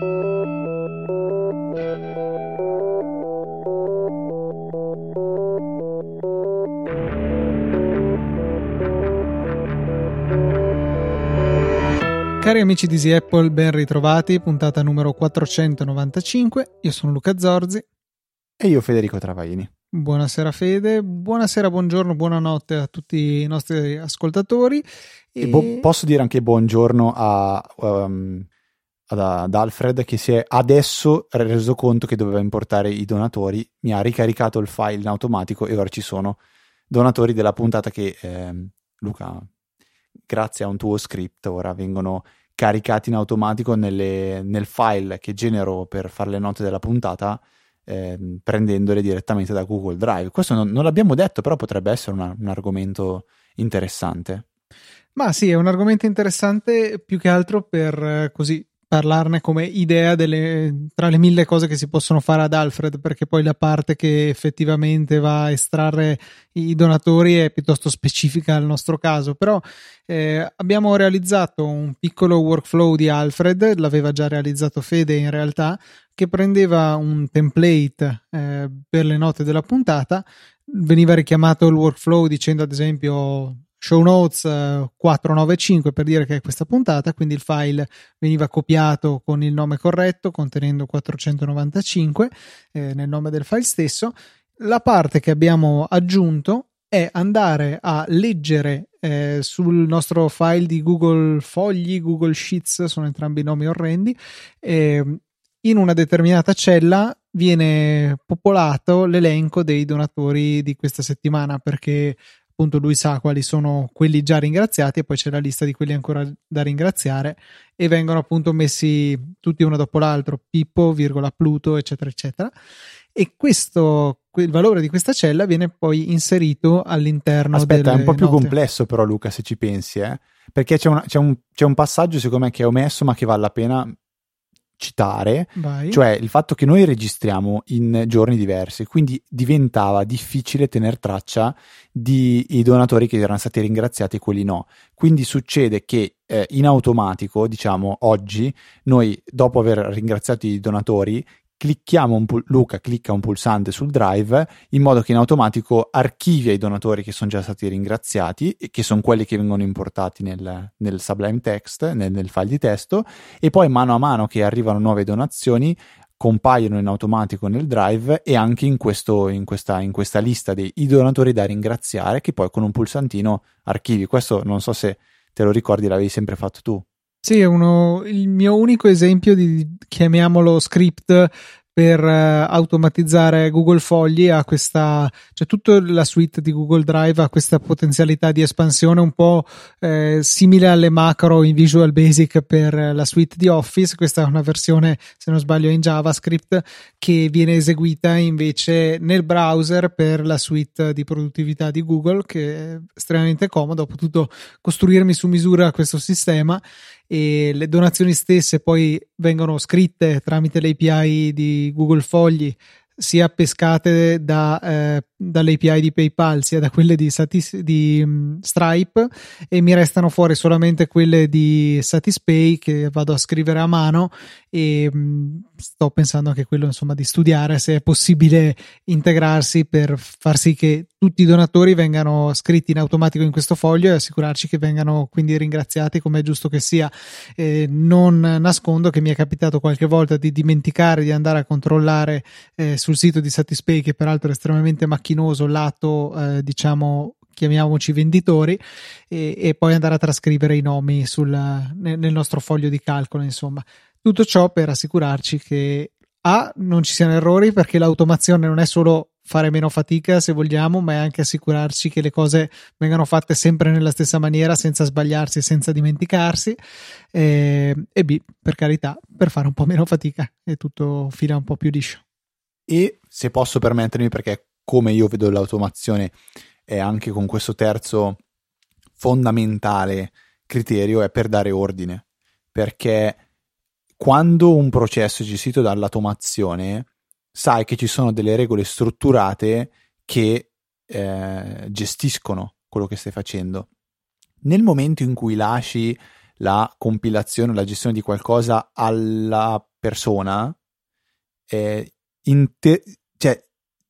Cari amici di Easy Apple, ben ritrovati, puntata numero 495. Io sono Luca Zorzi. E io Federico Travaini. Buonasera Fede, buonasera, buongiorno, buonanotte a tutti i nostri ascoltatori. E posso dire anche buongiorno ad Alfred, che si è adesso reso conto che doveva importare i donatori, mi ha ricaricato il file in automatico e ora ci sono donatori della puntata che Luca, grazie a un tuo script, ora vengono caricati in automatico nel file che genero per fare le note della puntata, prendendole direttamente da Google Drive. Questo non l'abbiamo detto, però potrebbe essere un argomento interessante. Ma sì, è un argomento interessante più che altro per così parlarne come idea tra le mille cose che si possono fare ad Alfred, perché poi la parte che effettivamente va a estrarre i donatori è piuttosto specifica al nostro caso. Però abbiamo realizzato un piccolo workflow di Alfred, l'aveva già realizzato Fede in realtà, che prendeva un template per le note della puntata, veniva richiamato il workflow dicendo ad esempio show notes 495 per dire che è questa puntata, quindi il file veniva copiato con il nome corretto contenendo 495 nel nome del file stesso. La parte che abbiamo aggiunto è andare a leggere sul nostro file di Google Fogli, Google Sheets, sono entrambi nomi orrendi, in una determinata cella viene popolato l'elenco dei donatori di questa settimana, perché appunto lui sa quali sono quelli già ringraziati e poi c'è la lista di quelli ancora da ringraziare e vengono appunto messi tutti uno dopo l'altro, Pippo, Pluto, eccetera eccetera, e il valore di questa cella viene poi inserito all'interno Aspetta, delle è un po' più note. complesso però, Luca, se ci pensi, perché c'è un passaggio secondo me che è omesso ma che vale la pena citare. Vai. Cioè il fatto che noi registriamo in giorni diversi, quindi diventava difficile tener traccia di i donatori che erano stati ringraziati e quelli no. Quindi succede che in automatico, diciamo oggi, noi dopo aver ringraziato i donatori Luca clicca un pulsante sul drive in modo che in automatico archivia i donatori che sono già stati ringraziati e che sono quelli che vengono importati nel Sublime Text, nel file di testo, e poi mano a mano che arrivano nuove donazioni compaiono in automatico nel drive e anche in questa lista dei donatori da ringraziare, che poi con un pulsantino archivi. Questo non so se te lo ricordi, l'avevi sempre fatto tu. Sì, è il mio unico esempio di, chiamiamolo, script per automatizzare Google Fogli. Ha questa, cioè tutta la suite di Google Drive ha questa potenzialità di espansione un po' simile alle macro in Visual Basic per la suite di Office. Questa è una versione, se non sbaglio, in JavaScript che viene eseguita invece nel browser per la suite di produttività di Google, che è estremamente comodo. Ho potuto costruirmi su misura questo sistema e le donazioni stesse poi vengono scritte tramite l'API di Google Fogli, sia pescate dall'API di PayPal sia da quelle di Stripe, e mi restano fuori solamente quelle di Satispay che vado a scrivere a mano, e sto pensando anche quello, insomma, di studiare se è possibile integrarsi per far sì che tutti i donatori vengano scritti in automatico in questo foglio e assicurarci che vengano quindi ringraziati come è giusto che sia. Non nascondo che mi è capitato qualche volta di dimenticare di andare a controllare sul sito di Satispay, che peraltro è estremamente macchinoso lato diciamo, chiamiamoci venditori, e poi andare a trascrivere i nomi nel nostro foglio di calcolo. Insomma, tutto ciò per assicurarci che non ci siano errori, perché l'automazione non è solo fare meno fatica, se vogliamo, ma è anche assicurarci che le cose vengano fatte sempre nella stessa maniera, senza sbagliarsi, senza dimenticarsi, e B, per carità, per fare un po' meno fatica e tutto fila un po' più liscio. E se posso permettermi, perché come io vedo l'automazione è anche con questo terzo fondamentale criterio, è per dare ordine, perché quando un processo è gestito dall'automazione sai che ci sono delle regole strutturate che gestiscono quello che stai facendo. Nel momento in cui lasci la compilazione, la gestione di qualcosa alla persona, cioè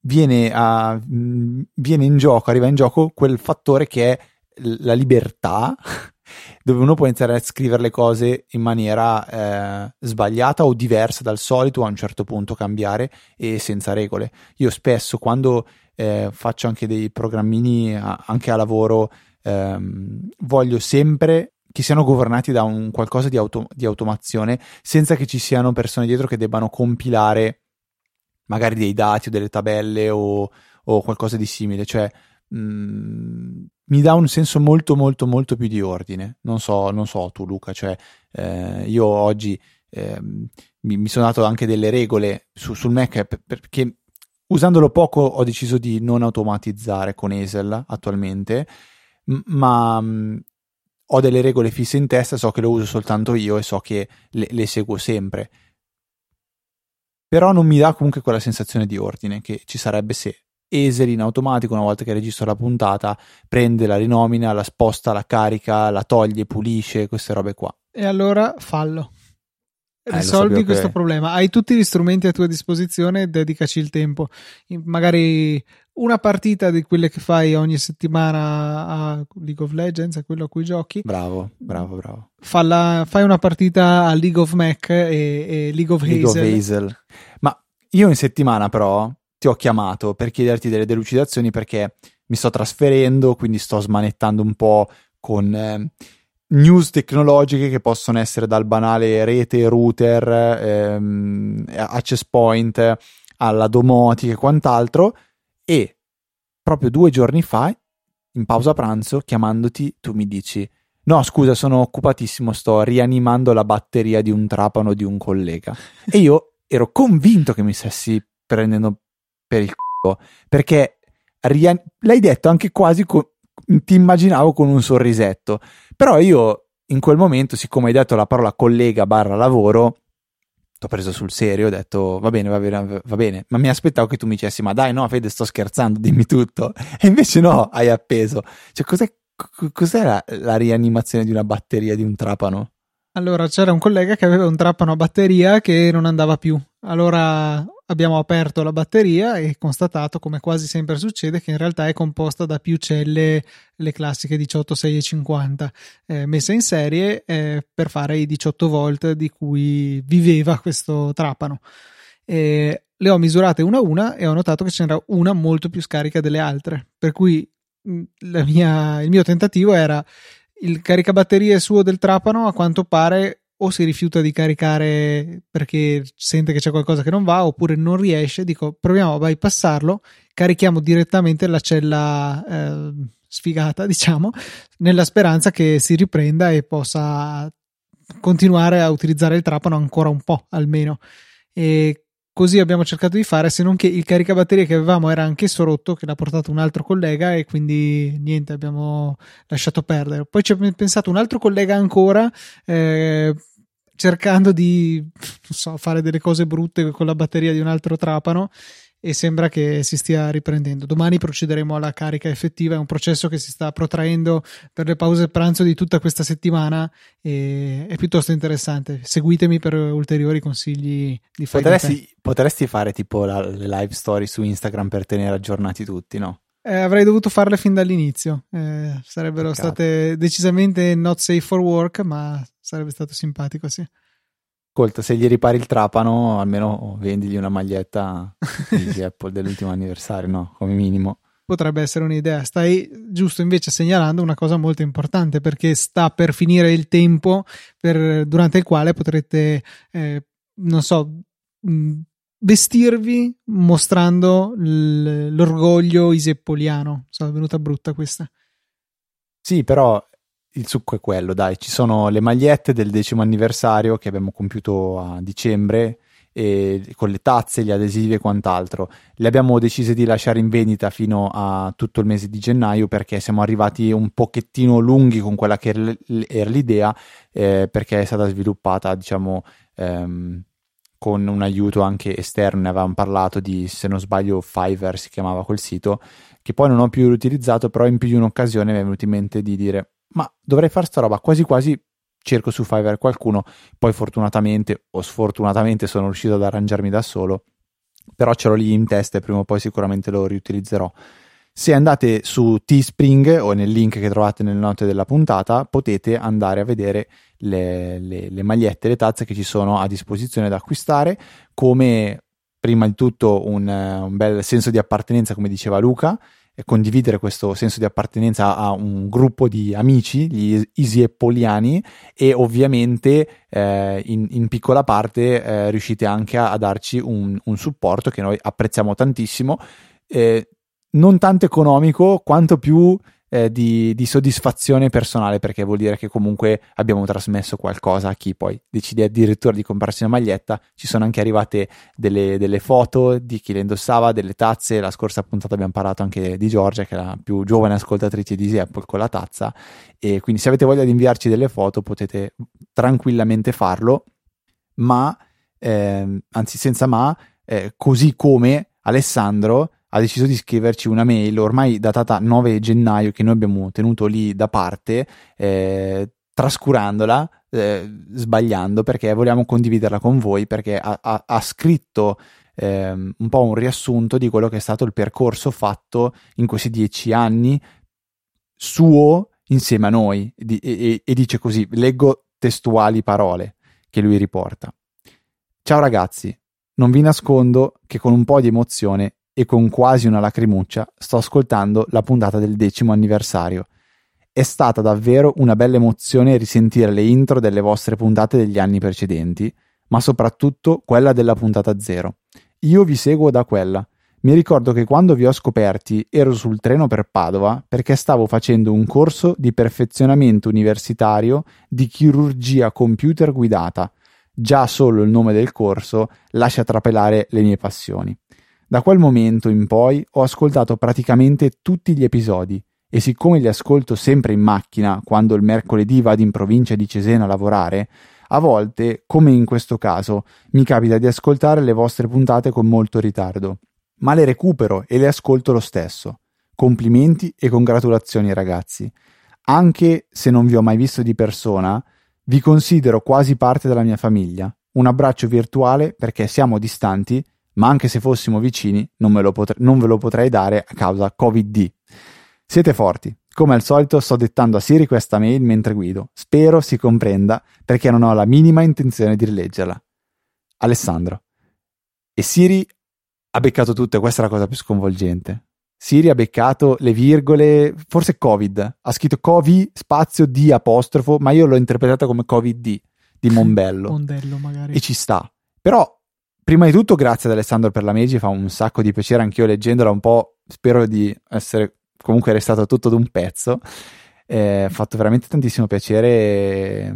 viene in gioco, arriva in gioco quel fattore che è la libertà, dove uno può iniziare a scrivere le cose in maniera sbagliata o diversa dal solito, o a un certo punto cambiare e senza regole. Io spesso quando faccio anche dei programmini anche a lavoro, voglio sempre che siano governati da un qualcosa di automazione, senza che ci siano persone dietro che debbano compilare magari dei dati o delle tabelle o qualcosa di simile. Cioè mi dà un senso molto molto molto più di ordine. Non so tu, Luca, cioè io oggi mi sono dato anche delle regole sul Mac, perché usandolo poco ho deciso di non automatizzare con Hazel attualmente, ma ho delle regole fisse in testa, so che lo uso soltanto io e so che le seguo sempre, però non mi dà comunque quella sensazione di ordine che ci sarebbe se Hazel in automatico, una volta che registro la puntata, prende, la rinomina, la sposta, la carica, la toglie, pulisce, queste robe qua. E allora fallo. Risolvi questo problema. Hai tutti gli strumenti a tua disposizione, dedicaci il tempo. Magari una partita di quelle che fai ogni settimana a League of Legends, è quello a cui giochi. Bravo. Fai una partita a League of Mac e League of Hazel. Ma io in settimana però ti ho chiamato per chiederti delle delucidazioni, perché mi sto trasferendo, quindi sto smanettando un po' con news tecnologiche che possono essere dal banale rete, router, access point, alla domotica e quant'altro. E proprio 2 giorni fa, in pausa pranzo, chiamandoti, tu mi dici: no, scusa, sono occupatissimo, sto rianimando la batteria di un trapano di un collega. E io ero convinto che mi stessi prendendo per il c***o, perché l'hai detto anche quasi ti immaginavo con un sorrisetto. Però io in quel momento, siccome hai detto la parola collega / lavoro, t'ho preso sul serio, ho detto va bene, ma mi aspettavo che tu mi dicessi: ma dai, no Fede, sto scherzando, dimmi tutto. E invece no, hai appeso. Cioè, cos'è la rianimazione di una batteria di un trapano? Allora, c'era un collega che aveva un trapano a batteria che non andava più. Allora abbiamo aperto la batteria e constatato, come quasi sempre succede, che in realtà è composta da più celle, le classiche 18, 6 e 50, messe in serie per fare i 18 volt di cui viveva questo trapano. Le ho misurate una a una e ho notato che ce n'era una molto più scarica delle altre, per cui il mio tentativo era: il caricabatterie suo del trapano a quanto pare o si rifiuta di caricare perché sente che c'è qualcosa che non va, oppure non riesce. Dico, proviamo a bypassarlo, carichiamo direttamente la cella sfigata, diciamo, nella speranza che si riprenda e possa continuare a utilizzare il trapano ancora un po' almeno. E così abbiamo cercato di fare, se non che il caricabatterie che avevamo era anch'esso rotto, che l'ha portato un altro collega, e quindi niente, abbiamo lasciato perdere. Poi ci ha pensato un altro collega ancora, cercando di, non so, fare delle cose brutte con la batteria di un altro trapano, e sembra che si stia riprendendo. Domani procederemo alla carica effettiva. È un processo che si sta protraendo per le pause pranzo di tutta questa settimana e è piuttosto interessante. Seguitemi per ulteriori consigli di Potresti fare tipo le live story su Instagram per tenere aggiornati tutti, no? Avrei dovuto farle fin dall'inizio. Sarebbero state decisamente not safe for work, ma sarebbe stato simpatico, sì. Ascolta, se gli ripari il trapano, almeno vendigli una maglietta di Apple dell'ultimo anniversario, no? Come minimo. Potrebbe essere un'idea. Stai giusto invece segnalando una cosa molto importante, perché sta per finire il tempo durante il quale potrete, non so, vestirvi mostrando l'orgoglio iseppoliano. È venuta brutta questa. Sì, però il succo è quello, dai, ci sono le magliette del 10° anniversario che abbiamo compiuto a dicembre, e con le tazze, gli adesivi e quant'altro. Le abbiamo decise di lasciare in vendita fino a tutto il mese di gennaio, perché siamo arrivati un pochettino lunghi con quella che era l'idea, perché è stata sviluppata, diciamo, con un aiuto anche esterno. Ne avevamo parlato di, se non sbaglio, Fiverr si chiamava quel sito, che poi non ho più utilizzato, però in più di un'occasione mi è venuto in mente di dire: ma dovrei fare sta roba, quasi quasi cerco su Fiverr qualcuno, poi fortunatamente o sfortunatamente sono riuscito ad arrangiarmi da solo, però ce l'ho lì in testa e prima o poi sicuramente lo riutilizzerò. Se andate su Teespring o nel link che trovate nelle note della puntata, potete andare a vedere le magliette, le tazze che ci sono a disposizione da acquistare, come prima di tutto un bel senso di appartenenza, come diceva Luca, e condividere questo senso di appartenenza a un gruppo di amici, gli easyappoliani, e ovviamente in piccola parte riuscite anche a darci un supporto che noi apprezziamo tantissimo, non tanto economico quanto più di soddisfazione personale, perché vuol dire che comunque abbiamo trasmesso qualcosa a chi poi decide addirittura di comprarsi una maglietta. Ci sono anche arrivate delle foto di chi le indossava, delle tazze. La scorsa puntata abbiamo parlato anche di Giorgia, che è la più giovane ascoltatrice di Easy Apple, con la tazza, e quindi se avete voglia di inviarci delle foto potete tranquillamente farlo, ma anzi senza ma, così come Alessandro ha deciso di scriverci una mail ormai datata 9 gennaio che noi abbiamo tenuto lì da parte, trascurandola, sbagliando, perché vogliamo condividerla con voi, perché ha scritto un po' un riassunto di quello che è stato il percorso fatto in questi 10 anni suo insieme a noi, e dice così, leggo testuali parole che lui riporta. Ciao ragazzi, non vi nascondo che con un po' di emozione e con quasi una lacrimuccia sto ascoltando la puntata del 10° anniversario. È stata davvero una bella emozione risentire le intro delle vostre puntate degli anni precedenti, ma soprattutto quella della puntata 0. Io vi seguo da quella. Mi ricordo che quando vi ho scoperti ero sul treno per Padova perché stavo facendo un corso di perfezionamento universitario di chirurgia computer guidata. Già solo il nome del corso lascia trapelare le mie passioni. Da quel momento in poi ho ascoltato praticamente tutti gli episodi, e siccome li ascolto sempre in macchina quando il mercoledì vado in provincia di Cesena a lavorare, a volte, come in questo caso, mi capita di ascoltare le vostre puntate con molto ritardo, ma le recupero e le ascolto lo stesso. Complimenti e congratulazioni ragazzi. Anche se non vi ho mai visto di persona, vi considero quasi parte della mia famiglia. Un abbraccio virtuale perché siamo distanti, ma anche se fossimo vicini non ve lo potrei dare a causa Covid-D. Siete forti. Come al solito sto dettando a Siri questa mail mentre guido. Spero si comprenda perché non ho la minima intenzione di rileggerla. Alessandro. E Siri ha beccato tutto, e questa è la cosa più sconvolgente. Siri ha beccato le virgole, forse Covid. Ha scritto Covid spazio D apostrofo, ma io l'ho interpretata come Covid-D di Monbello. Mondello magari. E ci sta. Però prima di tutto grazie ad Alessandro per la mail, fa un sacco di piacere, anch'io leggendola un po', spero di essere comunque restato tutto d'un pezzo, ha fatto veramente tantissimo piacere,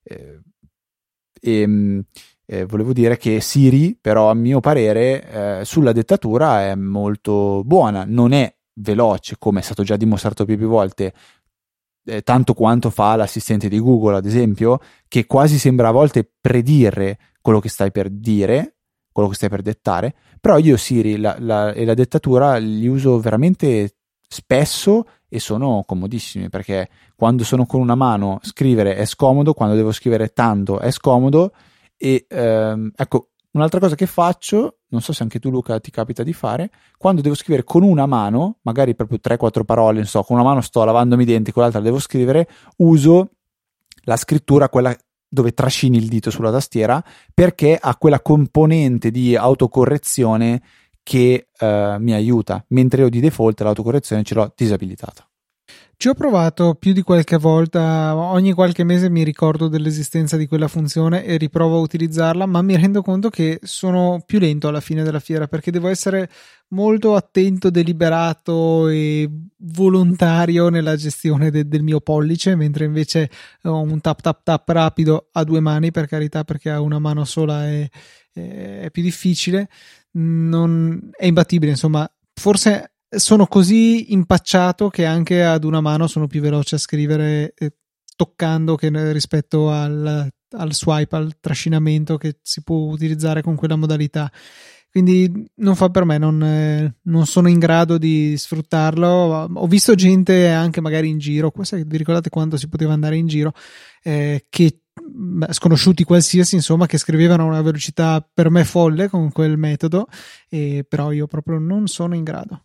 volevo dire che Siri però a mio parere sulla dettatura è molto buona, non è veloce come è stato già dimostrato più volte, tanto quanto fa l'assistente di Google ad esempio, che quasi sembra a volte predire quello che stai per dire, quello che stai per dettare, però io Siri e la dettatura li uso veramente spesso e sono comodissimi, perché quando sono con una mano scrivere è scomodo, quando devo scrivere tanto è scomodo, e ecco, un'altra cosa che faccio, non so se anche tu Luca ti capita di fare, quando devo scrivere con una mano, magari proprio 3-4 parole, non so, con una mano sto lavandomi i denti, con l'altra devo scrivere, uso la scrittura, quella dove trascini il dito sulla tastiera, perché ha quella componente di autocorrezione che mi aiuta, mentre io di default l'autocorrezione ce l'ho disabilitata. Ci ho provato più di qualche volta, ogni qualche mese mi ricordo dell'esistenza di quella funzione e riprovo a utilizzarla, ma mi rendo conto che sono più lento alla fine della fiera, perché devo essere molto attento, deliberato e volontario nella gestione del mio pollice, mentre invece ho un tap tap tap rapido a 2 mani, per carità, perché a una mano sola è più difficile, non è imbattibile, insomma, forse sono così impacciato che anche ad una mano sono più veloce a scrivere toccando che rispetto al swipe, al trascinamento che si può utilizzare con quella modalità. quindi non fa per me, non sono in grado di sfruttarlo. Ho visto gente anche magari in giro, vi ricordate quando si poteva andare in giro, che sconosciuti qualsiasi, insomma, che scrivevano a una velocità per me folle con quel metodo, però io proprio non sono in grado.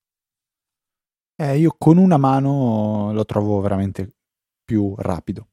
Io con una mano lo trovo veramente più rapido.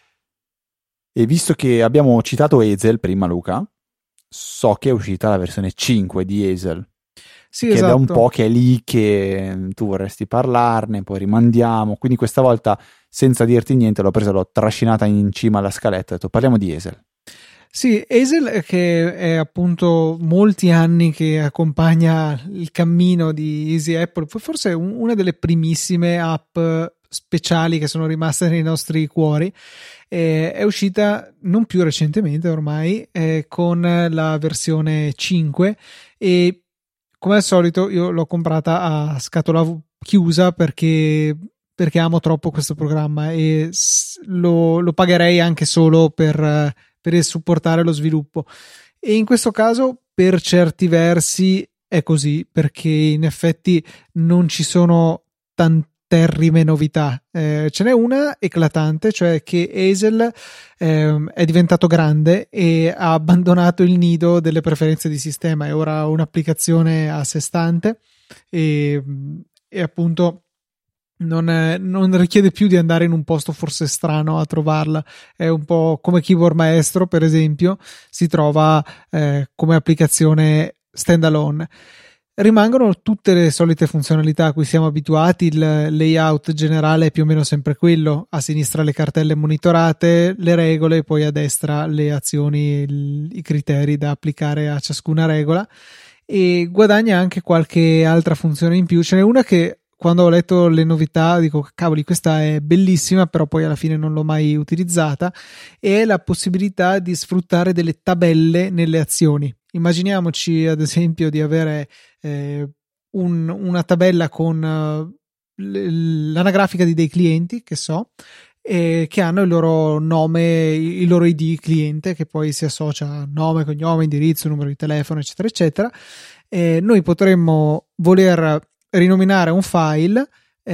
E visto che abbiamo citato Hazel prima, Luca, so che è uscita la versione 5 di Hazel. Sì, che esatto. è da un po' che è lì che tu vorresti parlarne, poi rimandiamo. Quindi questa volta, senza dirti niente, l'ho presa, l'ho trascinata in cima alla scaletta e ho detto parliamo di Hazel. Sì, Hazel, che è appunto molti anni che accompagna il cammino di Easy Apple, forse una delle primissime app speciali che sono rimaste nei nostri cuori. È uscita non più recentemente ormai, con la versione 5, e come al solito io l'ho comprata a scatola chiusa perché amo troppo questo programma e lo pagherei anche solo per supportare lo sviluppo. E in questo caso, per certi versi, è così, perché in effetti non ci sono tanterrime novità. Ce n'è una eclatante, cioè che Hazel è diventato grande e ha abbandonato il nido delle preferenze di sistema, è ora un'applicazione a sé stante e appunto non richiede più di andare in un posto forse strano a trovarla. È un po' come Keyboard Maestro, per esempio, si trova come applicazione standalone. Rimangono tutte le solite funzionalità a cui siamo abituati. Il layout generale è più o meno sempre quello: a sinistra le cartelle monitorate, le regole, poi a destra le azioni, i criteri da applicare a ciascuna regola, e guadagna anche qualche altra funzione in più. Ce n'è una che, quando ho letto le novità, dico cavoli, questa è bellissima, però poi alla fine non l'ho mai utilizzata, e è la possibilità di sfruttare delle tabelle nelle azioni. Immaginiamoci ad esempio di avere una tabella con l'anagrafica di dei clienti, che so, che hanno il loro nome, il loro ID cliente, che poi si associa a nome, cognome, indirizzo, numero di telefono, eccetera, eccetera. Noi potremmo voler rinominare un file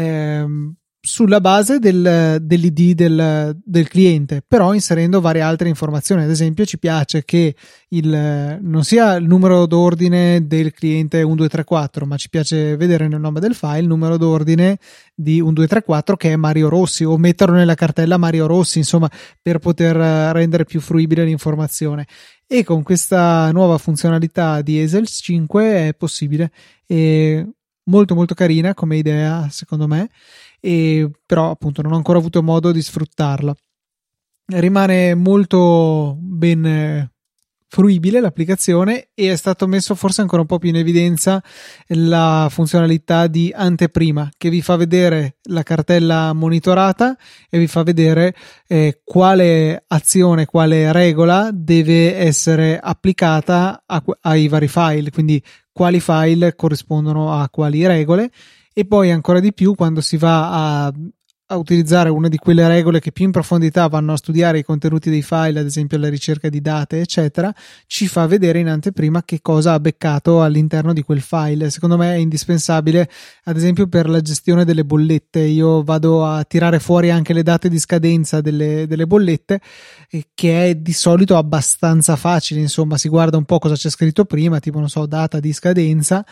sulla base dell'ID del cliente, però inserendo varie altre informazioni. Ad esempio, ci piace che non sia il numero d'ordine del cliente 1234, ma ci piace vedere nel nome del file il numero d'ordine di 1234 che è Mario Rossi, o metterlo nella cartella Mario Rossi, insomma, per poter rendere più fruibile l'informazione. E con questa nuova funzionalità di Hazel 5 è possibile, e molto molto carina come idea, secondo me, però appunto non ho ancora avuto modo di sfruttarla. Rimane molto ben fruibile l'applicazione, e è stato messo forse ancora un po' più in evidenza la funzionalità di anteprima, che vi fa vedere la cartella monitorata e vi fa vedere quale azione, quale regola deve essere applicata ai vari file, quindi quali file corrispondono a quali regole. E poi ancora di più, quando si va a utilizzare una di quelle regole che più in profondità vanno a studiare i contenuti dei file, ad esempio la ricerca di date, eccetera, ci fa vedere in anteprima che cosa ha beccato all'interno di quel file. Secondo me è indispensabile, ad esempio per la gestione delle bollette. Io vado a tirare fuori anche le date di scadenza delle bollette, che è di solito abbastanza facile, insomma, si guarda un po' cosa c'è scritto prima, tipo, non so, data di scadenza,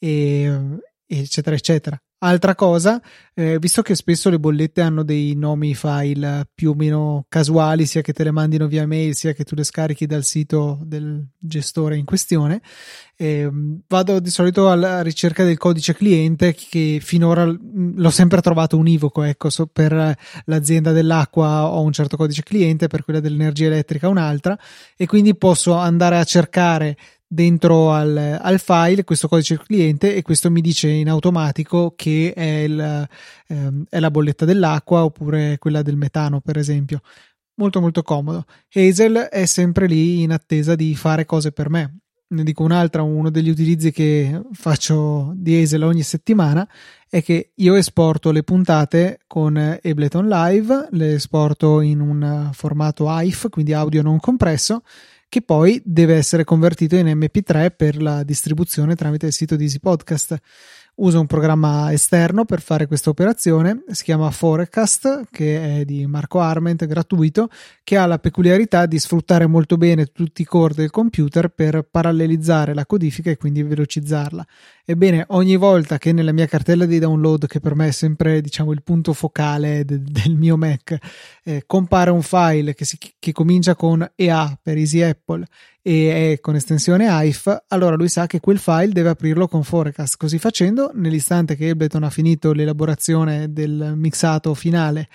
eccetera eccetera. Altra cosa, visto che spesso le bollette hanno dei nomi file più o meno casuali, sia che te le mandino via mail sia che tu le scarichi dal sito del gestore in questione, vado di solito alla ricerca del codice cliente, che finora l'ho sempre trovato univoco. Ecco, per l'azienda dell'acqua ho un certo codice cliente, per quella dell'energia elettrica un'altra, e quindi posso andare a cercare dentro al file questo codice cliente, e questo mi dice in automatico che è la bolletta dell'acqua oppure quella del metano, per esempio. Molto molto comodo. Hazel è sempre lì in attesa di fare cose per me. Ne dico un'altra: uno degli utilizzi che faccio di Hazel ogni settimana è che io esporto le puntate con Ableton Live, le esporto in un formato AIF, quindi audio non compresso, che poi deve essere convertito in MP3 per la distribuzione tramite il sito di Easy Podcast. Uso un programma esterno per fare questa operazione, si chiama Forecast, che è di Marco Arment, gratuito, che ha la peculiarità di sfruttare molto bene tutti i core del computer per parallelizzare la codifica e quindi velocizzarla. Ebbene, ogni volta che nella mia cartella di download, che per me è sempre diciamo il punto focale del mio Mac, compare un file che comincia con EA per Easy Apple e è con estensione AIF, allora lui sa che quel file deve aprirlo con Forecast. Così facendo, nell'istante che Ableton ha finito l'elaborazione del mixato finale,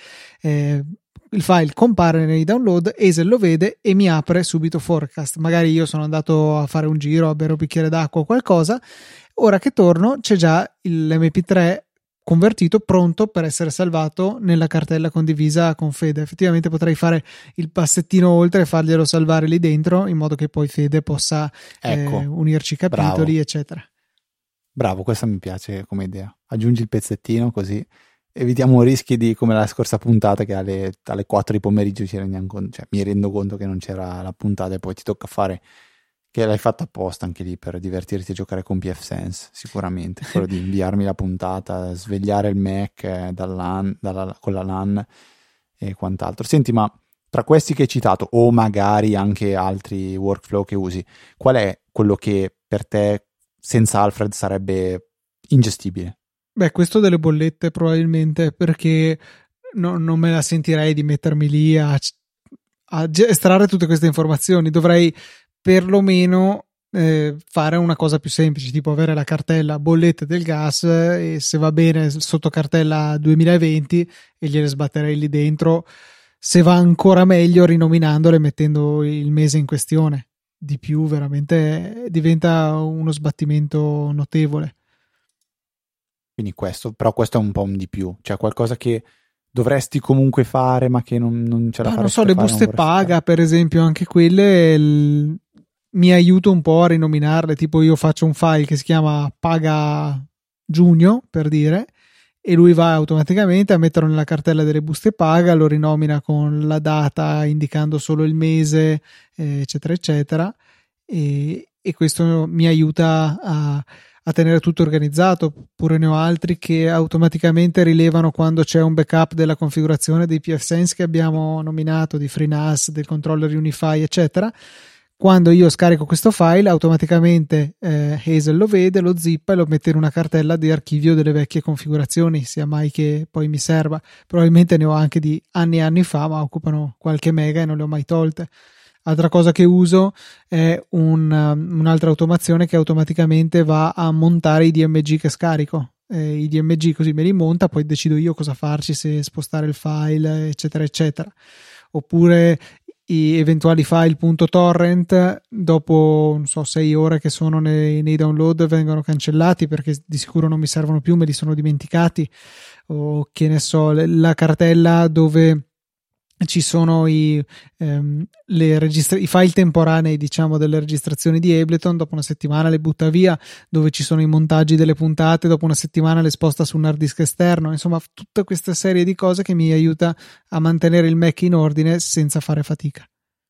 il file compare nei download, Hazel lo vede e mi apre subito Forecast. Magari io sono andato a fare un giro, a bere un bicchiere d'acqua o qualcosa, ora che torno c'è già l'MP3 convertito, pronto per essere salvato nella cartella condivisa con Fede. Effettivamente potrei fare il passettino oltre e farglielo salvare lì dentro, in modo che poi Fede possa unirci i capitoli, bravo, eccetera. Bravo, questa mi piace come idea. Aggiungi il pezzettino, così evitiamo rischi di come la scorsa puntata, che alle 4 di pomeriggio mi rendo conto che non c'era la puntata e poi ti tocca fare, che l'hai fatto apposta anche lì per divertirti a giocare con pfSense, sicuramente, quello di inviarmi la puntata, svegliare il Mac con la LAN e quant'altro. Senti, ma tra questi che hai citato, o magari anche altri workflow che usi, qual è quello che per te senza Alfred sarebbe ingestibile? Beh, questo delle bollette probabilmente, perché non me la sentirei di mettermi lì a estrarre tutte queste informazioni. Dovrei perlomeno fare una cosa più semplice, tipo avere la cartella bollette del gas e, se va bene, sotto cartella 2020 e gliele sbatterei lì dentro. Se va ancora meglio, rinominandole, mettendo il mese in questione. Di più veramente diventa uno sbattimento notevole. Quindi questo è un po' un di più, cioè qualcosa che dovresti comunque fare ma che non ce la faresti. Non so, le buste paga per esempio, anche quelle mi aiuto un po' a rinominarle, tipo io faccio un file che si chiama paga giugno, per dire, e lui va automaticamente a metterlo nella cartella delle buste paga, lo rinomina con la data indicando solo il mese, eccetera eccetera, e questo mi aiuta a tenere tutto organizzato. Oppure ne ho altri che automaticamente rilevano quando c'è un backup della configurazione dei pfSense che abbiamo nominato, di FreeNAS, del controller Unify, eccetera. Quando io scarico questo file, automaticamente Hazel lo vede, lo zippa e lo mette in una cartella di archivio delle vecchie configurazioni, sia mai che poi mi serva. Probabilmente ne ho anche di anni e anni fa, ma occupano qualche mega e non le ho mai tolte. Altra cosa che uso è un'altra automazione che automaticamente va a montare i DMG che scarico. I DMG così me li monta, poi decido io cosa farci, se spostare il file, eccetera eccetera. Oppure i eventuali file .torrent dopo 6 ore che sono nei download vengono cancellati perché di sicuro non mi servono più, me li sono dimenticati, o che ne so, la cartella dove ci sono i file temporanei, diciamo, delle registrazioni di Ableton, dopo una settimana le butta via, dove ci sono i montaggi delle puntate, dopo una settimana le sposta su un hard disk esterno. Insomma, tutta questa serie di cose che mi aiuta a mantenere il Mac in ordine senza fare fatica.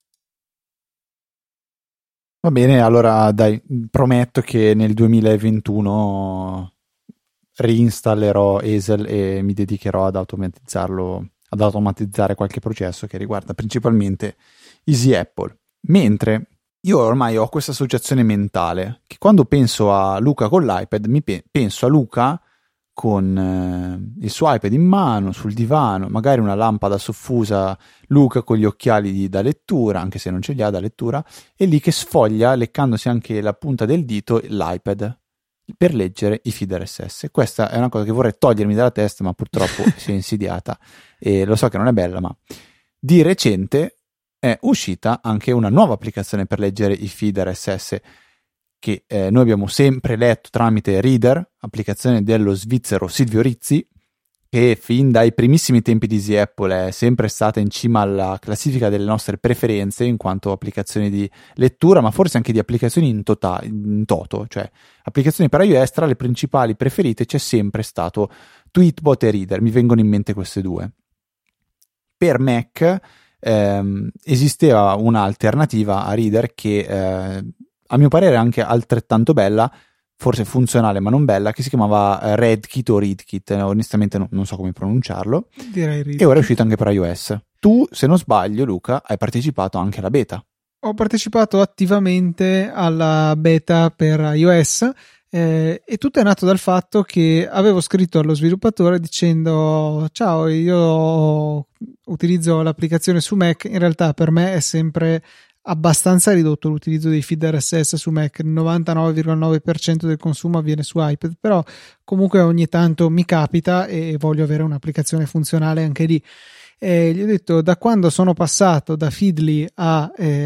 Va bene, allora dai, prometto che nel 2021 reinstallerò Hazel e mi dedicherò ad automatizzare qualche processo che riguarda principalmente Easy Apple. Mentre io ormai ho questa associazione mentale che quando penso a Luca con l'iPad penso a Luca con il suo iPad in mano, sul divano, magari una lampada soffusa, Luca con gli occhiali da lettura, anche se non ce li ha da lettura, e lì che sfoglia, leccandosi anche la punta del dito, l'iPad per leggere i feed RSS. Questa è una cosa che vorrei togliermi dalla testa, ma purtroppo si è insidiata e lo so che non è bella, ma di recente è uscita anche una nuova applicazione per leggere i feed RSS che noi abbiamo sempre letto tramite Reader, applicazione dello svizzero Silvio Rizzi, che fin dai primissimi tempi di Easy Apple è sempre stata in cima alla classifica delle nostre preferenze in quanto applicazioni di lettura, ma forse anche di applicazioni in toto, cioè applicazioni per iOS. Tra le principali preferite c'è sempre stato Tweetbot e Reader, mi vengono in mente queste due. Per Mac esisteva un'alternativa a Reader che a mio parere è anche altrettanto bella, forse funzionale ma non bella, che si chiamava RedKit o ReadKit, onestamente non so come pronunciarlo. Direi ReadKit. E ora è uscito anche per iOS. Tu, se non sbaglio, Luca, hai partecipato anche alla beta. Ho partecipato attivamente alla beta per iOS e tutto è nato dal fatto che avevo scritto allo sviluppatore dicendo: ciao, io utilizzo l'applicazione su Mac, in realtà per me è sempre abbastanza ridotto l'utilizzo dei feed RSS su Mac, il 99,9% del consumo avviene su iPad, però comunque ogni tanto mi capita e voglio avere un'applicazione funzionale anche lì. Gli ho detto: da quando sono passato da Feedly a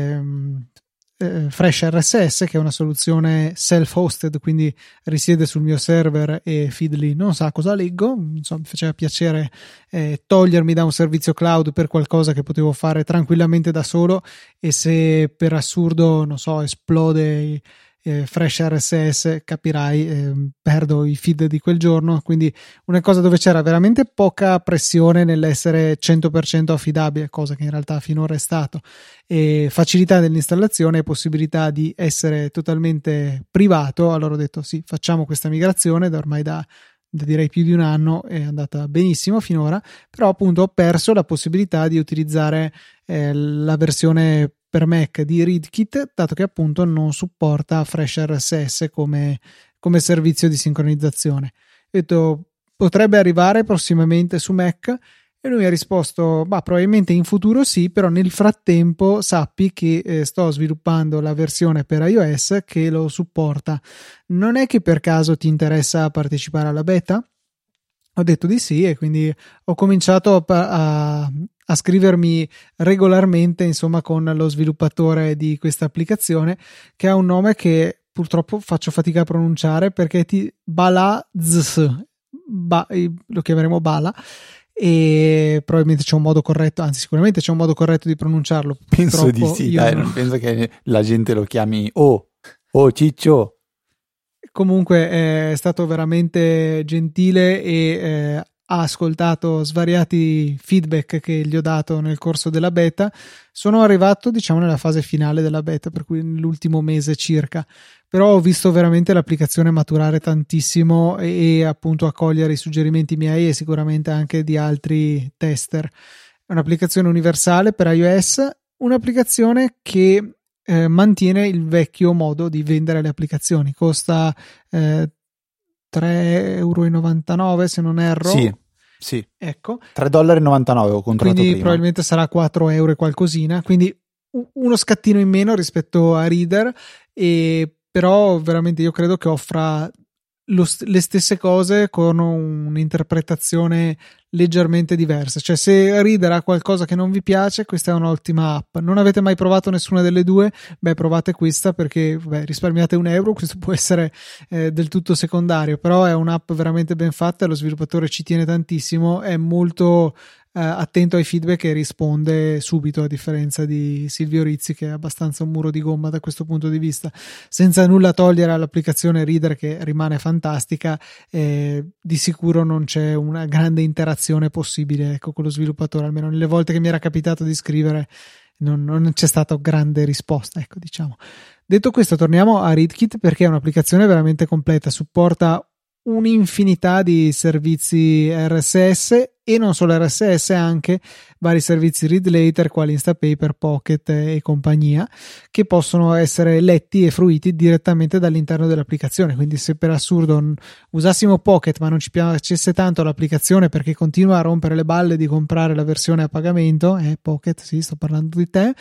Fresh RSS, che è una soluzione self-hosted, quindi risiede sul mio server e Feedly non sa cosa leggo, insomma, mi faceva piacere togliermi da un servizio cloud per qualcosa che potevo fare tranquillamente da solo, e se per assurdo, non so, esplode Fresh RSS, capirai, perdo i feed di quel giorno. Quindi una cosa dove c'era veramente poca pressione nell'essere 100% affidabile, cosa che in realtà finora è stato, e facilità dell'installazione e possibilità di essere totalmente privato. Allora ho detto sì, facciamo questa migrazione da ormai da direi più di un anno, è andata benissimo finora, però appunto ho perso la possibilità di utilizzare la versione per Mac di ReadKit, dato che appunto non supporta Fresh RSS come servizio di sincronizzazione. Ho detto: potrebbe arrivare prossimamente su Mac, e lui mi ha risposto: bah, probabilmente in futuro sì, però nel frattempo sappi che sto sviluppando la versione per iOS che lo supporta. Non è che per caso ti interessa partecipare alla beta? Ho detto di sì, e quindi ho cominciato a scrivermi regolarmente, insomma, con lo sviluppatore di questa applicazione, che ha un nome che purtroppo faccio fatica a pronunciare, perché lo chiameremo Bala, e probabilmente c'è un modo corretto, anzi sicuramente c'è un modo corretto di pronunciarlo. Penso di sì, dai, non penso che la gente lo chiami Ciccio. Comunque è stato veramente gentile e ha ascoltato svariati feedback che gli ho dato nel corso della beta. Sono arrivato, diciamo, nella fase finale della beta, per cui nell'ultimo mese circa, però ho visto veramente l'applicazione maturare tantissimo e appunto accogliere i suggerimenti miei e sicuramente anche di altri tester. È un'applicazione universale per iOS, un'applicazione che mantiene il vecchio modo di vendere le applicazioni. Costa 3,99 € se non erro. Sì. Ecco. $3,99 ho controllato quindi prima. Probabilmente sarà 4 euro e qualcosina, quindi uno scattino in meno rispetto a Reader, e però veramente io credo che offra le stesse cose con un'interpretazione leggermente diversa. Cioè, se Reader ha qualcosa che non vi piace, questa è un'ottima app. Non avete mai provato nessuna delle due? Beh, provate questa, perché risparmiate €1. Questo può essere del tutto secondario, però è un'app veramente ben fatta, lo sviluppatore ci tiene tantissimo, è molto attento ai feedback e risponde subito, a differenza di Silvio Rizzi, che è abbastanza un muro di gomma da questo punto di vista. Senza nulla togliere all'applicazione Reader, che rimane fantastica, di sicuro non c'è una grande interazione possibile, ecco, con lo sviluppatore. Almeno nelle volte che mi era capitato di scrivere non c'è stata grande risposta, ecco, diciamo. Detto questo, torniamo a ReadKit, perché è un'applicazione veramente completa, supporta un'infinità di servizi RSS, e non solo RSS, anche vari servizi read later quali Instapaper, Pocket e compagnia, che possono essere letti e fruiti direttamente dall'interno dell'applicazione. Quindi se per assurdo usassimo Pocket ma non ci piacesse tanto l'applicazione perché continua a rompere le balle di comprare la versione a pagamento, Pocket, sì, sto parlando di te,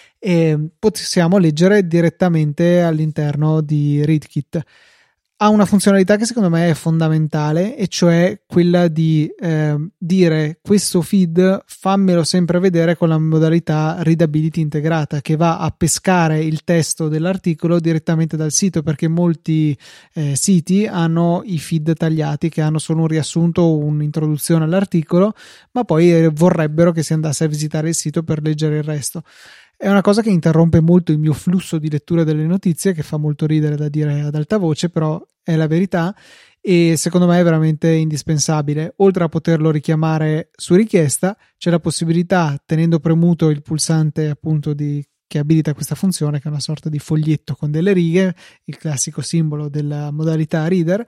e possiamo leggere direttamente all'interno di ReadKit. Ha una funzionalità che secondo me è fondamentale, e cioè quella di dire: questo feed fammelo sempre vedere con la modalità readability integrata, che va a pescare il testo dell'articolo direttamente dal sito, perché molti siti hanno i feed tagliati, che hanno solo un riassunto o un'introduzione all'articolo, ma poi vorrebbero che si andasse a visitare il sito per leggere il resto. È una cosa che interrompe molto il mio flusso di lettura delle notizie, che fa molto ridere da dire ad alta voce, però è la verità, e secondo me è veramente indispensabile. Oltre a poterlo richiamare su richiesta, c'è la possibilità, tenendo premuto il pulsante appunto che abilita questa funzione, che è una sorta di foglietto con delle righe, il classico simbolo della modalità reader,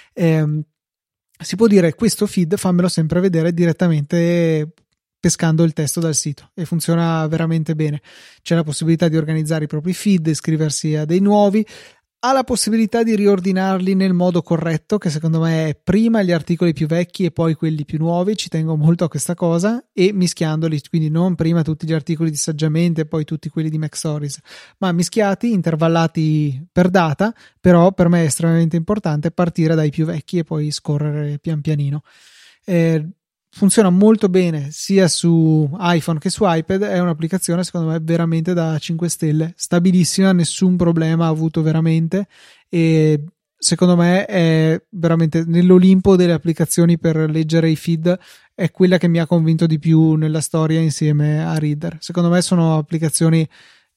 si può dire: questo feed fammelo sempre vedere direttamente pescando il testo dal sito, e funziona veramente bene. C'è la possibilità di organizzare i propri feed, iscriversi a dei nuovi, ha la possibilità di riordinarli nel modo corretto, che secondo me è prima gli articoli più vecchi e poi quelli più nuovi. Ci tengo molto a questa cosa, e mischiandoli, quindi non prima tutti gli articoli di Saggiamente e poi tutti quelli di MacStories, ma mischiati, intervallati per data. Però per me è estremamente importante partire dai più vecchi e poi scorrere pian pianino. Funziona molto bene sia su iPhone che su iPad, è un'applicazione secondo me veramente da 5 stelle, stabilissima, nessun problema ha avuto veramente, e secondo me è veramente nell'Olimpo delle applicazioni per leggere i feed, è quella che mi ha convinto di più nella storia insieme a Reader. Secondo me sono applicazioni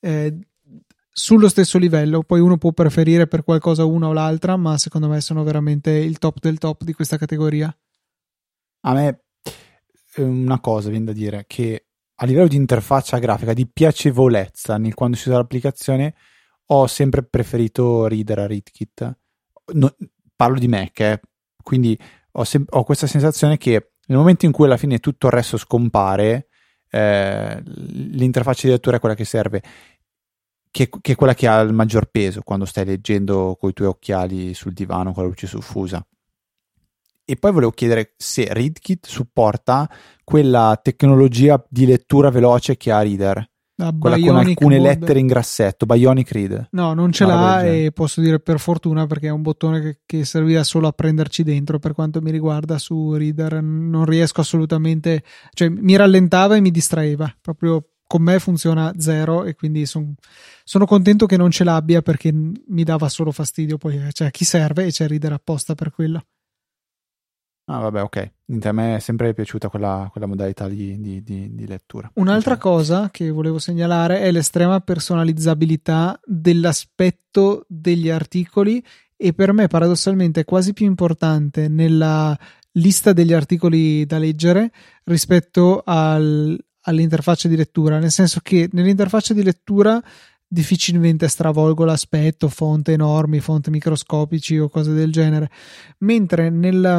sullo stesso livello, poi uno può preferire per qualcosa una o l'altra, ma secondo me sono veramente il top del top di questa categoria. A me una cosa viene da dire, che a livello di interfaccia grafica, di piacevolezza nel quando si usa l'applicazione, ho sempre preferito Reader a Readkit. Parlo di Mac, quindi ho questa sensazione che nel momento in cui alla fine tutto il resto scompare, l'interfaccia di lettura è quella che serve, che è quella che ha il maggior peso quando stai leggendo coi tuoi occhiali sul divano con la luce soffusa. E poi volevo chiedere se Readkit supporta quella tecnologia di lettura veloce che ha Reader, quella con alcune lettere in grassetto, Bionic Read. No, non ce l'ha, e posso dire per fortuna, perché è un bottone che serviva solo a prenderci dentro. Per quanto mi riguarda, su Reader non riesco assolutamente, cioè mi rallentava e mi distraeva, proprio con me funziona zero, e quindi sono contento che non ce l'abbia, perché mi dava solo fastidio. Poi cioè, chi serve, e c'è Reader apposta per quello. Ah, vabbè, ok. A me è sempre piaciuta quella modalità di lettura. Un'altra cosa che volevo segnalare è l'estrema personalizzabilità dell'aspetto degli articoli, e per me paradossalmente è quasi più importante nella lista degli articoli da leggere rispetto all'interfaccia di lettura, nel senso che nell'interfaccia di lettura difficilmente stravolgo l'aspetto, fonte enormi, fonte microscopici o cose del genere, mentre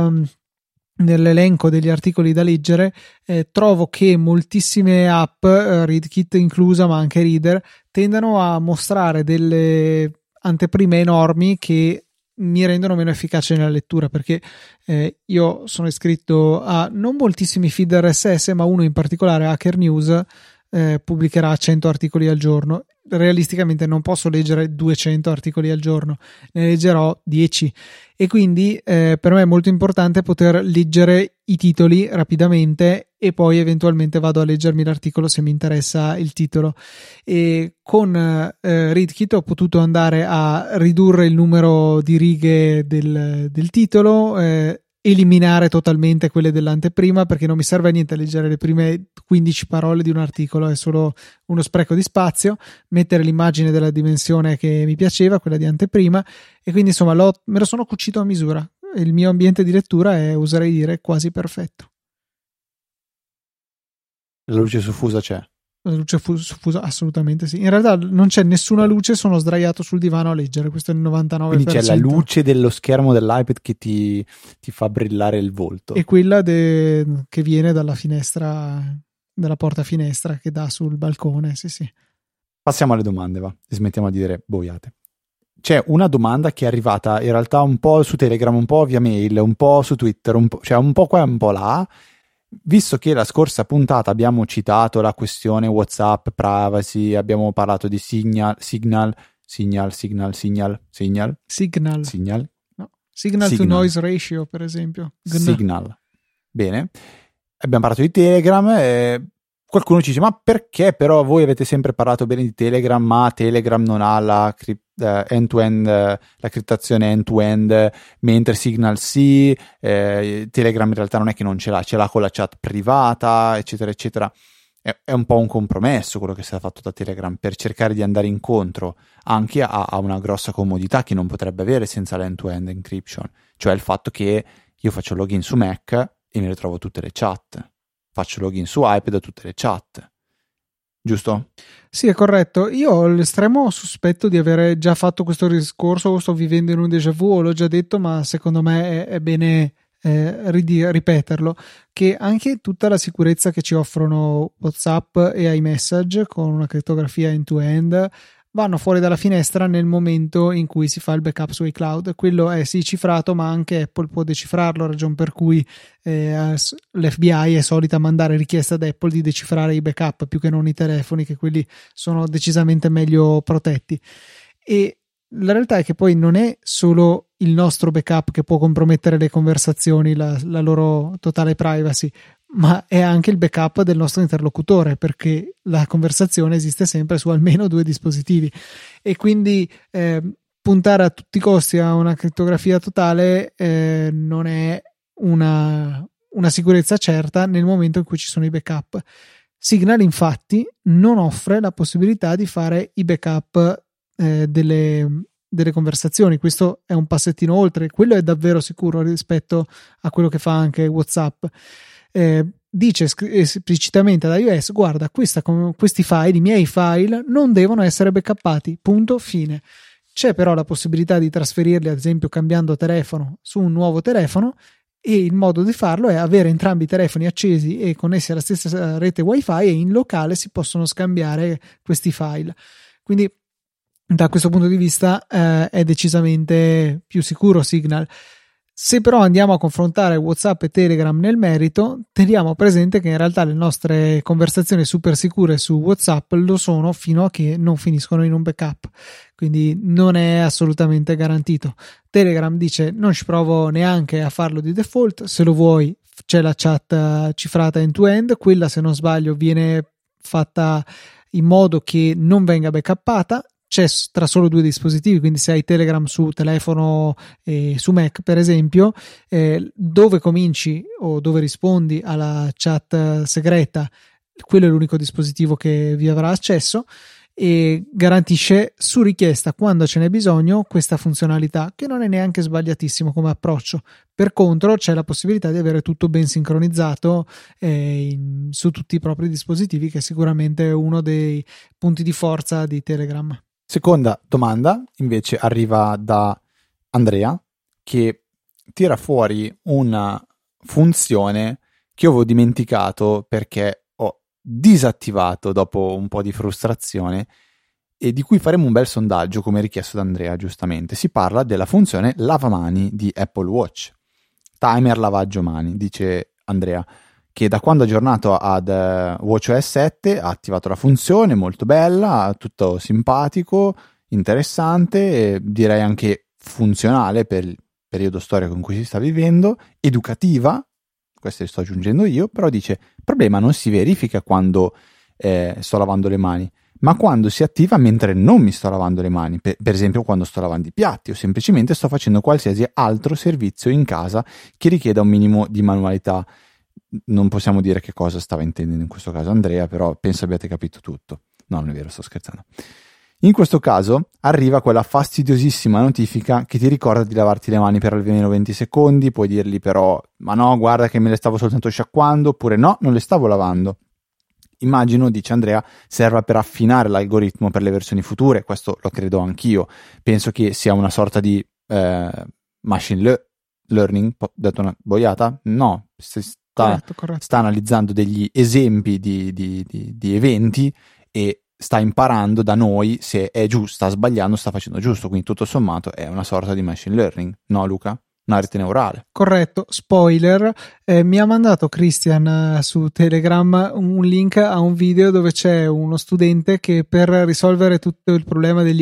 nell'elenco degli articoli da leggere trovo che moltissime app, Readkit inclusa ma anche Reader, tendano a mostrare delle anteprime enormi che mi rendono meno efficace nella lettura, perché io sono iscritto a non moltissimi feed RSS, ma uno in particolare, Hacker News, pubblicherà 100 articoli al giorno. Realisticamente non posso leggere 200 articoli al giorno, ne leggerò 10, e quindi per me è molto importante poter leggere i titoli rapidamente, e poi eventualmente vado a leggermi l'articolo se mi interessa il titolo. E con Readkit ho potuto andare a ridurre il numero di righe del titolo, eliminare totalmente quelle dell'anteprima, perché non mi serve a niente leggere le prime 15 parole di un articolo, è solo uno spreco di spazio. Mettere l'immagine della dimensione che mi piaceva, quella di anteprima, e quindi insomma me lo sono cucito a misura. Il mio ambiente di lettura è, oserei dire, quasi perfetto. La luce soffusa c'è? La luce soffusa assolutamente sì. In realtà non c'è nessuna luce, sono sdraiato sul divano a leggere, questo è il 99%. Quindi c'è la luce dello schermo dell'iPad che ti fa brillare il volto. E quella che viene dalla finestra, dalla porta finestra che dà sul balcone, sì. Passiamo alle domande, va. E smettiamo di dire boiate. C'è una domanda che è arrivata in realtà un po' su Telegram, un po' via mail, un po' su Twitter, cioè un po' qua e un po' là. Visto che la scorsa puntata abbiamo citato la questione WhatsApp, privacy, abbiamo parlato di Signal. No. Signal to noise ratio, per esempio. Signal. Bene. Abbiamo parlato di Telegram. Qualcuno ci dice: ma perché però voi avete sempre parlato bene di Telegram, ma Telegram non ha la end-to-end, la criptazione end-to-end, mentre Signal sì, Telegram in realtà non è che non ce l'ha con la chat privata, eccetera eccetera. è un po' un compromesso quello che è stato fatto da Telegram per cercare di andare incontro anche a una grossa comodità che non potrebbe avere senza l'end-to-end encryption, cioè il fatto che io faccio login su Mac e mi ritrovo tutte le chat, faccio login su iPad a tutte le chat, giusto? Sì, è corretto. Io ho l'estremo sospetto di avere già fatto questo discorso, o sto vivendo in un déjà vu, o l'ho già detto, ma secondo me è bene ripeterlo, che anche tutta la sicurezza che ci offrono WhatsApp e iMessage con una crittografia end-to-end vanno fuori dalla finestra nel momento in cui si fa il backup su iCloud. Quello è sì cifrato, ma anche Apple può decifrarlo, ragion per cui l'FBI è solita mandare richiesta ad Apple di decifrare i backup più che non i telefoni, che quelli sono decisamente meglio protetti. E la realtà è che poi non è solo il nostro backup che può compromettere le conversazioni, la loro totale privacy, ma è anche il backup del nostro interlocutore, perché la conversazione esiste sempre su almeno 2 dispositivi e quindi puntare a tutti i costi a una crittografia totale non è una sicurezza certa nel momento in cui ci sono i backup. Signal infatti non offre la possibilità di fare i backup delle conversazioni. Questo è un passettino oltre, quello è davvero sicuro rispetto a quello che fa anche WhatsApp. Dice esplicitamente ad iOS: guarda, questi file, i miei file, non devono essere backuppati, punto, fine. C'è però la possibilità di trasferirli, ad esempio cambiando telefono su un nuovo telefono, e il modo di farlo è avere entrambi i telefoni accesi e connessi alla stessa rete wifi, e in locale si possono scambiare questi file. Quindi da questo punto di vista è decisamente più sicuro Signal. Se però andiamo a confrontare WhatsApp e Telegram nel merito, teniamo presente che in realtà le nostre conversazioni super sicure su WhatsApp lo sono fino a che non finiscono in un backup, quindi non è assolutamente garantito. Telegram dice: non ci provo neanche a farlo di default, se lo vuoi c'è la chat cifrata end-to-end, quella se non sbaglio viene fatta in modo che non venga backuppata. C'è tra solo 2 dispositivi, quindi se hai Telegram su telefono e su Mac per esempio, dove cominci o dove rispondi alla chat segreta, quello è l'unico dispositivo che vi avrà accesso, e garantisce su richiesta, quando ce n'è bisogno, questa funzionalità, che non è neanche sbagliatissimo come approccio. Per contro c'è la possibilità di avere tutto ben sincronizzato su tutti i propri dispositivi, che è sicuramente uno dei punti di forza di Telegram. Seconda domanda invece arriva da Andrea, che tira fuori una funzione che io avevo dimenticato perché ho disattivato dopo un po' di frustrazione, e di cui faremo un bel sondaggio come richiesto da Andrea giustamente. Si parla della funzione lavamani di Apple Watch, timer lavaggio mani, dice Andrea, che da quando è aggiornato ad WatchOS 7 ha attivato la funzione, molto bella, tutto simpatico, interessante, e direi anche funzionale per il periodo storico in cui si sta vivendo, educativa, questo le sto aggiungendo io, però dice: il problema non si verifica quando sto lavando le mani, ma quando si attiva mentre non mi sto lavando le mani, per esempio quando sto lavando i piatti o semplicemente sto facendo qualsiasi altro servizio in casa che richieda un minimo di manualità. Non possiamo dire che cosa stava intendendo in questo caso Andrea, però penso abbiate capito tutto. No, non è vero, sto scherzando. In questo caso arriva quella fastidiosissima notifica che ti ricorda di lavarti le mani per almeno 20 secondi, puoi dirgli però: ma no, guarda che me le stavo soltanto sciacquando, oppure no, non le stavo lavando. Immagino, dice Andrea, serva per affinare l'algoritmo per le versioni future. Questo lo credo anch'io. Penso che sia una sorta di machine learning. Ho detto una boiata? No, Corretto. Sta analizzando degli esempi di eventi e sta imparando da noi se è giusto, sta sbagliando, sta facendo giusto. Quindi tutto sommato è una sorta di machine learning, no Luca? Una rete neurale. Corretto, spoiler, mi ha mandato Christian su Telegram un link a un video dove c'è uno studente che, per risolvere tutto il problema degli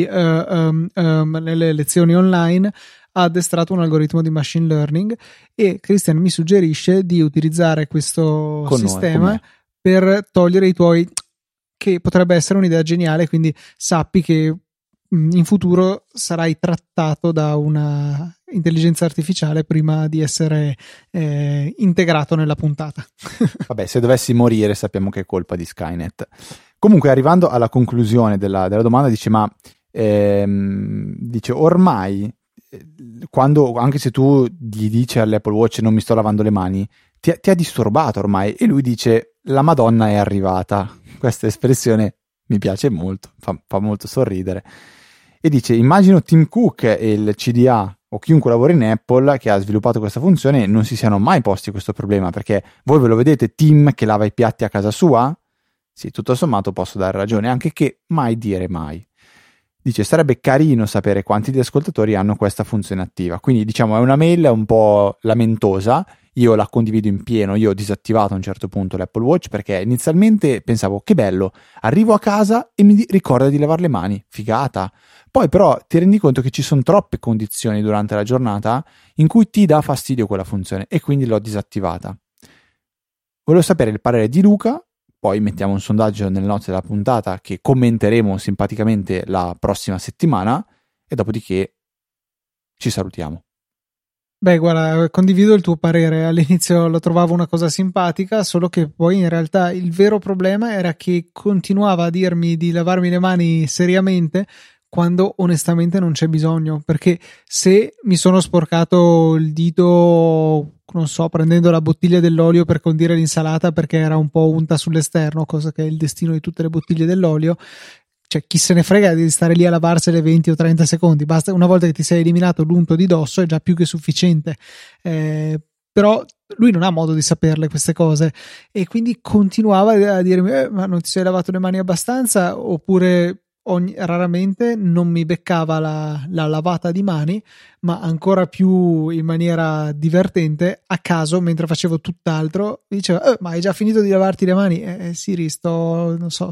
nelle lezioni online, ha addestrato un algoritmo di machine learning, e Christian mi suggerisce di utilizzare questo sistema per togliere i tuoi, che potrebbe essere un'idea geniale, quindi sappi che in futuro sarai trattato da una intelligenza artificiale prima di essere integrato nella puntata. Vabbè, se dovessi morire sappiamo che è colpa di Skynet. Comunque, arrivando alla conclusione della domanda, dice ormai, quando, anche se tu gli dici all'Apple Watch non mi sto lavando le mani, ti ha disturbato ormai, e lui dice la Madonna è arrivata. Questa espressione mi piace molto, fa molto sorridere, e dice immagino Tim Cook e il CDA o chiunque lavora in Apple che ha sviluppato questa funzione non si siano mai posti questo problema, perché voi ve lo vedete Tim che lava i piatti a casa sua? Sì, tutto sommato posso dare ragione, anche che mai dire mai. Dice sarebbe carino sapere quanti di ascoltatori hanno questa funzione attiva, quindi diciamo è una mail un po' lamentosa. Io la condivido in pieno, io ho disattivato a un certo punto l'Apple Watch perché inizialmente pensavo che bello, arrivo a casa e mi ricorda di lavare le mani, figata. Poi però ti rendi conto che ci sono troppe condizioni durante la giornata in cui ti dà fastidio quella funzione e quindi l'ho disattivata. Volevo sapere il parere di Luca, poi mettiamo un sondaggio nelle note della puntata che commenteremo simpaticamente la prossima settimana e dopodiché ci salutiamo. Beh, guarda, condivido il tuo parere. All'inizio lo trovavo una cosa simpatica, solo che poi in realtà il vero problema era che continuava a dirmi di lavarmi le mani seriamente quando onestamente non c'è bisogno, perché se mi sono sporcato il dito, non so, prendendo la bottiglia dell'olio per condire l'insalata perché era un po' unta sull'esterno, cosa che è il destino di tutte le bottiglie dell'olio, cioè chi se ne frega di stare lì a lavarsele 20 o 30 secondi, basta, una volta che ti sei eliminato l'unto di dosso è già più che sufficiente. Però lui non ha modo di saperle queste cose e quindi continuava a dirmi ma non ti sei lavato le mani abbastanza, oppure raramente non mi beccava la lavata di mani, ma ancora più in maniera divertente, a caso mentre facevo tutt'altro mi diceva ma hai già finito di lavarti le mani? Siri, sto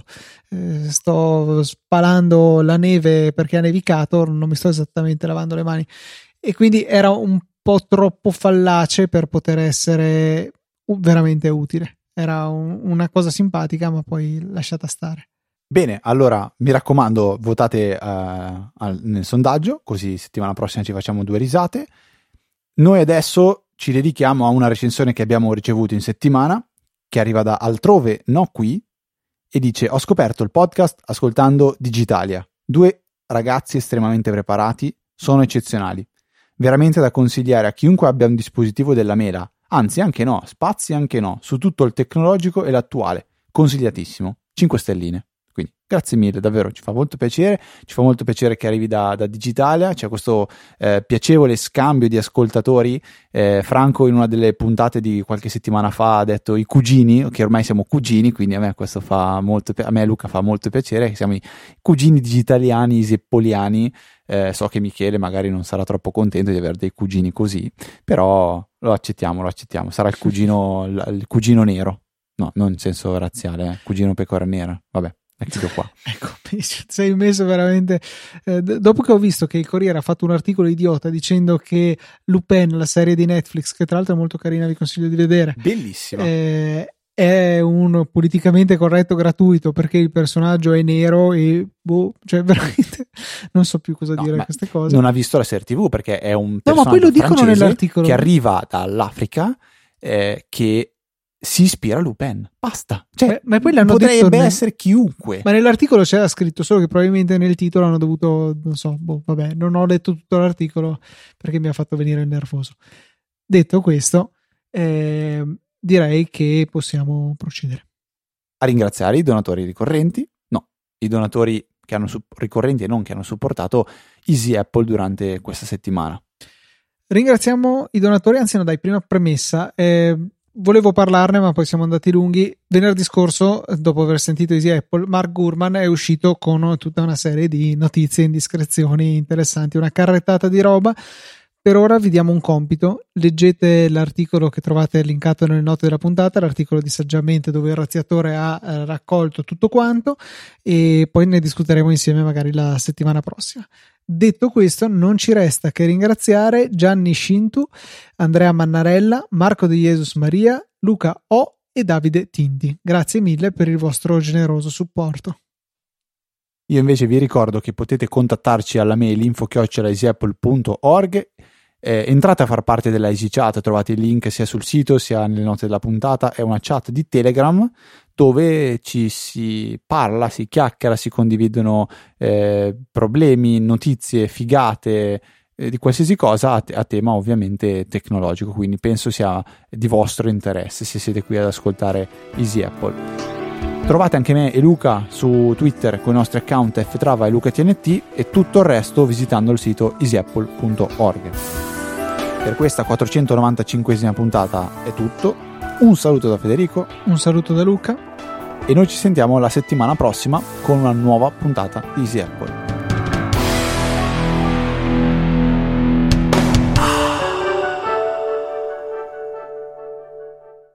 spalando la neve perché ha nevicato, non mi sto esattamente lavando le mani, e quindi era un po' troppo fallace per poter essere veramente utile. Era una cosa simpatica ma poi lasciata stare. Bene, allora mi raccomando, votate nel sondaggio, così settimana prossima ci facciamo 2 risate. Noi adesso ci dedichiamo a una recensione che abbiamo ricevuto in settimana, che arriva da altrove, no qui, e dice: ho scoperto il podcast ascoltando Digitalia. 2 ragazzi estremamente preparati, sono eccezionali. Veramente da consigliare a chiunque abbia un dispositivo della mela, anzi anche no, spazi anche no, su tutto il tecnologico e l'attuale. Consigliatissimo, 5 stelline. Quindi grazie mille, davvero ci fa molto piacere che arrivi da Digitalia. C'è questo piacevole scambio di ascoltatori. Franco in una delle puntate di qualche settimana fa ha detto i cugini, che ormai siamo cugini, quindi a me questo fa molto, a me Luca fa molto piacere che siamo i cugini digitaliani, iseppoliani. So che Michele magari non sarà troppo contento di avere dei cugini così, però lo accettiamo, sarà il cugino nero, no, non in senso razziale, cugino pecora nera, vabbè. Ecco qua. Ecco, sei messo veramente. Dopo che ho visto che il Corriere ha fatto un articolo idiota dicendo che Lupin, la serie di Netflix, che tra l'altro è molto carina, vi consiglio di vedere, bellissima, è un politicamente corretto gratuito perché il personaggio è nero e cioè veramente non so più cosa dire a queste cose. Non ha visto la serie TV perché è un personaggio ma poi lo dicono nell'articolo che arriva dall'Africa, che si ispira a Lupin, basta, cioè ma poi l'hanno potrebbe detto essere chiunque, ma nell'articolo c'era scritto, solo che probabilmente nel titolo hanno dovuto, non so, vabbè, non ho letto tutto l'articolo perché mi ha fatto venire il nervoso. Detto questo, direi che possiamo procedere a ringraziare i donatori ricorrenti, i donatori che hanno ricorrenti e non che hanno supportato Easy Apple durante questa settimana. Ringraziamo i donatori, anzi no dai, prima premessa, volevo parlarne ma poi siamo andati lunghi. Venerdì scorso, dopo aver sentito Easy Apple, Mark Gurman è uscito con tutta una serie di notizie e indiscrezioni interessanti, una carrettata di roba. Per ora vi diamo un compito: leggete l'articolo che trovate linkato nelle note della puntata, l'articolo di Saggiamente dove il razziatore ha raccolto tutto quanto, e poi ne discuteremo insieme magari la settimana prossima. Detto questo, non ci resta che ringraziare Gianni Scintu, Andrea Mannarella, Marco De Jesus Maria, Luca O e Davide Tinti. Grazie mille per il vostro generoso supporto. Io invece vi ricordo che potete contattarci alla mail info@easyapple.org. Entrate a far parte della Easy Chat, trovate il link sia sul sito sia nelle note della puntata. È una chat di Telegram dove ci si parla, si chiacchiera, si condividono problemi, notizie, figate, di qualsiasi cosa a tema ovviamente tecnologico, quindi penso sia di vostro interesse se siete qui ad ascoltare Easy Apple. Trovate anche me e Luca su Twitter con i nostri account ftrava e lucatnt, e tutto il resto visitando il sito easyapple.org. Per questa 495esima puntata è tutto. Un saluto da Federico, un saluto da Luca, e noi ci sentiamo la settimana prossima con una nuova puntata di Easy Apple.